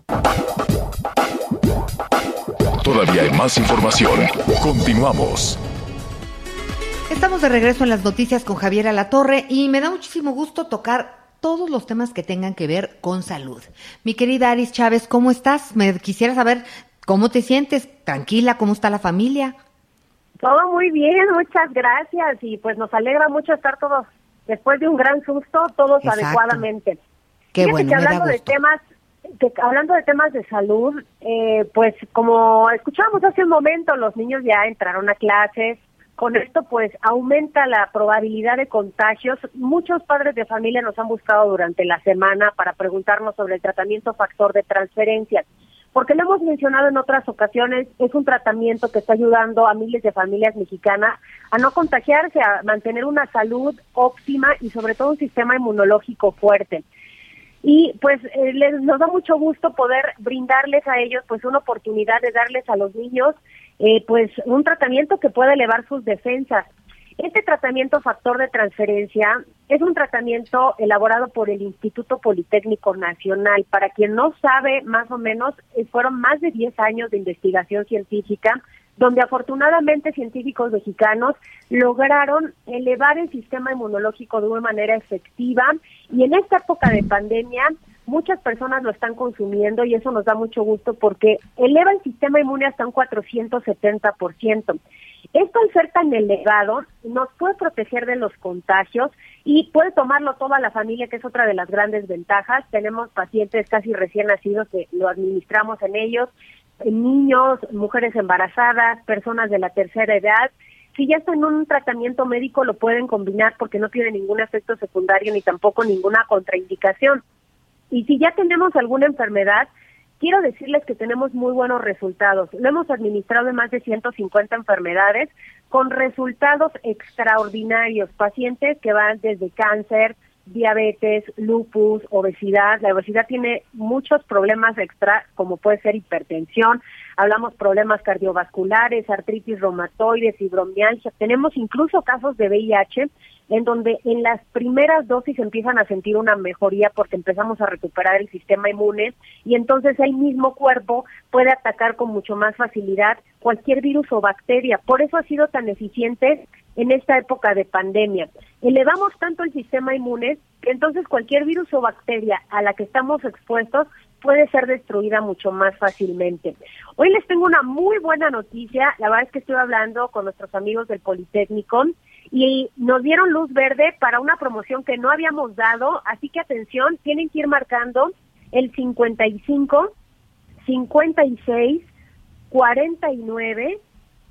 Todavía hay más información. Continuamos. Estamos de regreso en las noticias con Javier Alatorre y me da muchísimo gusto tocar todos los temas que tengan que ver con salud. Mi querida Aris Chávez, ¿cómo estás? Me quisiera saber cómo te sientes, tranquila, cómo está la familia. Todo muy bien, muchas gracias, y pues nos alegra mucho estar todos, después de un gran susto, todos Exacto. Adecuadamente. Qué Fíjate bueno, que me da hablando de temas de salud, pues como escuchábamos hace un momento, los niños ya entraron a clases. Con esto, pues, aumenta la probabilidad de contagios. Muchos padres de familia nos han buscado durante la semana para preguntarnos sobre el tratamiento factor de transferencia, porque lo hemos mencionado en otras ocasiones, es un tratamiento que está ayudando a miles de familias mexicanas a no contagiarse, a mantener una salud óptima y sobre todo un sistema inmunológico fuerte. Y pues nos da mucho gusto poder brindarles a ellos pues una oportunidad de darles a los niños pues un tratamiento que pueda elevar sus defensas. Este tratamiento factor de transferencia es un tratamiento elaborado por el Instituto Politécnico Nacional. Para quien no sabe, más o menos, fueron más de 10 años de investigación científica, donde afortunadamente científicos mexicanos lograron elevar el sistema inmunológico de una manera efectiva, y en esta época de pandemia muchas personas lo están consumiendo y eso nos da mucho gusto porque eleva el sistema inmune hasta un 470%. Esto, al ser tan elevado, nos puede proteger de los contagios y puede tomarlo toda la familia, que es otra de las grandes ventajas. Tenemos pacientes casi recién nacidos que lo administramos en ellos, niños, mujeres embarazadas, personas de la tercera edad. Si ya están en un tratamiento médico, lo pueden combinar porque no tiene ningún efecto secundario ni tampoco ninguna contraindicación. Y si ya tenemos alguna enfermedad, quiero decirles que tenemos muy buenos resultados. Lo hemos administrado en más de 150 enfermedades con resultados extraordinarios. Pacientes que van desde cáncer, diabetes, lupus, obesidad. La obesidad tiene muchos problemas extra, como puede ser hipertensión. Hablamos problemas cardiovasculares, artritis reumatoide, fibromialgia. Tenemos incluso casos de VIH en donde en las primeras dosis empiezan a sentir una mejoría porque empezamos a recuperar el sistema inmune y entonces el mismo cuerpo puede atacar con mucho más facilidad cualquier virus o bacteria. Por eso ha sido tan eficiente en esta época de pandemia. Elevamos tanto el sistema inmune que entonces cualquier virus o bacteria a la que estamos expuestos puede ser destruida mucho más fácilmente. Hoy les tengo una muy buena noticia. La verdad es que estoy hablando con nuestros amigos del Politécnico y nos dieron luz verde para una promoción que no habíamos dado, así que atención, tienen que ir marcando el 55 56 49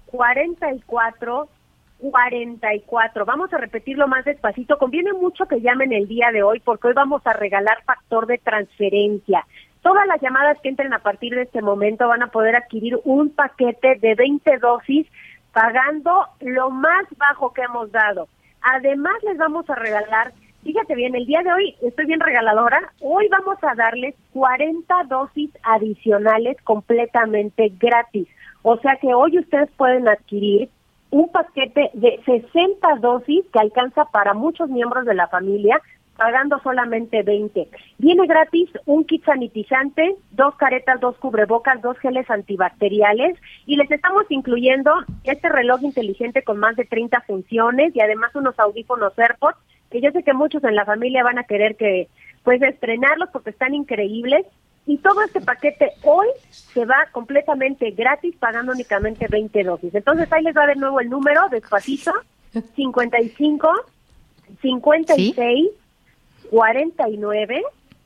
44 44. Vamos a repetirlo más despacito. Conviene mucho que llamen el día de hoy porque hoy vamos a regalar factor de transferencia. Todas las llamadas que entren a partir de este momento van a poder adquirir un paquete de 20 dosis pagando lo más bajo que hemos dado. Además les vamos a regalar, fíjate bien, el día de hoy estoy bien regaladora, hoy vamos a darles 40 dosis adicionales completamente gratis. O sea que hoy ustedes pueden adquirir un paquete de 60 dosis que alcanza para muchos miembros de la familia, pagando solamente 20. Viene gratis un kit sanitizante, 2 caretas, 2 cubrebocas, 2 geles antibacteriales y les estamos incluyendo este reloj inteligente con más de 30 funciones y además unos audífonos AirPods, que yo sé que muchos en la familia van a querer que pues estrenarlos porque están increíbles. Y todo este paquete hoy se va completamente gratis, pagando únicamente 20 dosis. Entonces ahí les va de nuevo el número, despacito, 55 56 ¿Sí? 49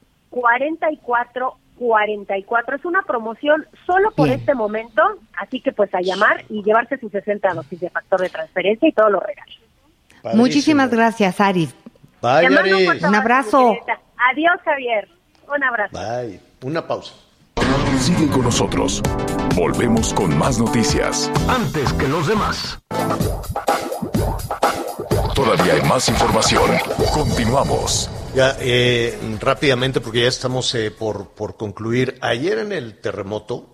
44 44. Es una promoción solo por este momento, así que pues a llamar y llevarse sus 60 dosis de factor de transferencia y todos los regalos. Padrísimo. Muchísimas gracias, Aris. Bye, Aris. Un abrazo. Adiós, Javier. Un abrazo. Bye. Una pausa. Sigue con nosotros. Volvemos con más noticias. Antes que los demás. Todavía hay más información. Continuamos. Ya, rápidamente, porque ya estamos por concluir. Ayer en el terremoto,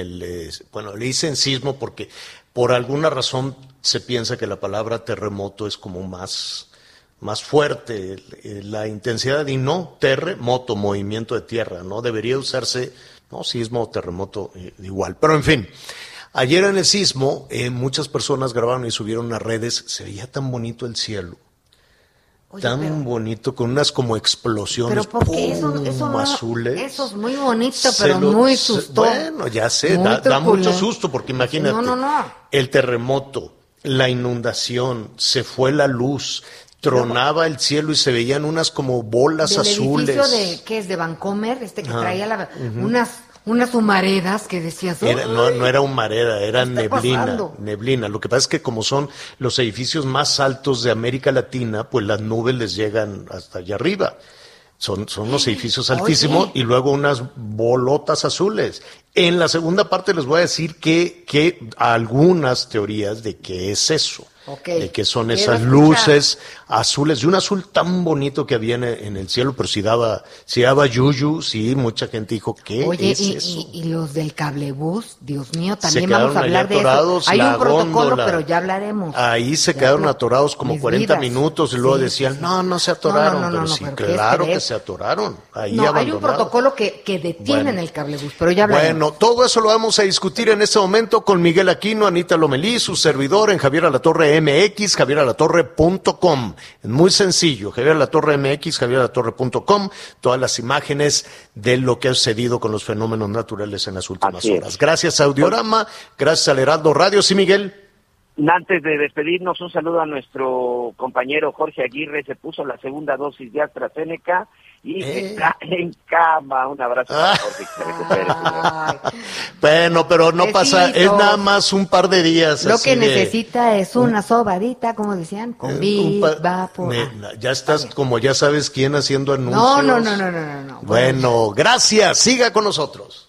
le dicen sismo porque por alguna razón se piensa que la palabra terremoto es como más fuerte la intensidad, y no, terremoto, movimiento de tierra, ¿no? Debería usarse, no, sismo o terremoto igual. Pero en fin, ayer en el sismo muchas personas grabaron y subieron a redes, se veía tan bonito el cielo. Oye, tan bonito, con unas como explosiones, pero porque eso azules. Eso es muy bonito, pero muy susto. Bueno, ya sé, da mucho susto, porque imagínate, el terremoto, la inundación, se fue la luz, tronaba el cielo y se veían unas como bolas azules. El edificio ¿qué es? De Vancomer, que traía unas humaredas que decías... No era humareda, era neblina. Lo que pasa es que como son los edificios más altos de América Latina, pues las nubes les llegan hasta allá arriba. Son los edificios altísimos. Oye. Y luego unas bolotas azules. En la segunda parte les voy a decir que algunas teorías de qué es eso. Okay. De que son esas luces azules, de un azul tan bonito que había en el cielo, pero si daba yuyu, sí, mucha gente dijo, ¿qué es eso? Y los del cablebús, Dios mío, también vamos a hablar de eso. Hay un protocolo, pero ya hablaremos. Ahí se quedaron atorados como 40 minutos y luego decían, no se atoraron, pero sí, claro que se atoraron. Ahí hay un protocolo que detienen el cablebús, pero ya hablaremos. Bueno, todo eso lo vamos a discutir en este momento con Miguel Aquino, Anita Lomelí, su servidor en Javier Alatorre MX, javieralatorre.com. Es muy sencillo, Javieralatorre MX, javieralatorre.com, todas las imágenes de lo que ha sucedido con los fenómenos naturales en las últimas horas. Gracias a Audiorama, gracias al Heraldo Radio. Sí, Miguel. Antes de despedirnos, un saludo a nuestro compañero Jorge Aguirre, se puso la segunda dosis de AstraZeneca y está en cama. Un abrazo para Jorge, que se recupere. Bueno, pero no pasa, es nada más un par de días. Lo que necesita es una sobadita, como decían, con vapor. Ya estás, como ya sabes quién, haciendo anuncios. No. Bueno, gracias, siga con nosotros.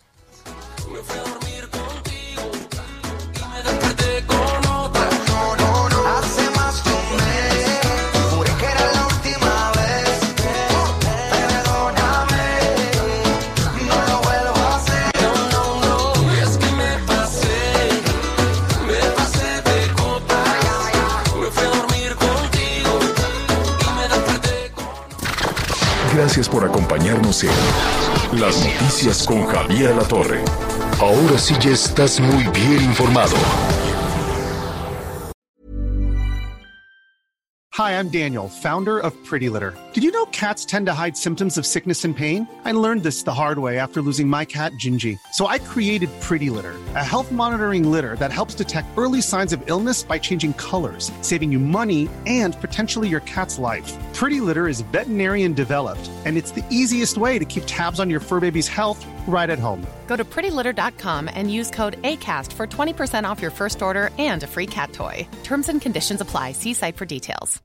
Gracias por acompañarnos en Las Noticias con Javier Alatorre. Ahora sí ya estás muy bien informado. Hi, I'm Daniel, founder of Pretty Litter. Did you know cats tend to hide symptoms of sickness and pain? I learned this the hard way after losing my cat, Gingy. So I created Pretty Litter, a health monitoring litter that helps detect early signs of illness by changing colors, saving you money and potentially your cat's life. Pretty Litter is veterinarian developed, and it's the easiest way to keep tabs on your fur baby's health right at home. Go to prettylitter.com and use code ACAST for 20% off your first order and a free cat toy. Terms and conditions apply. See site for details.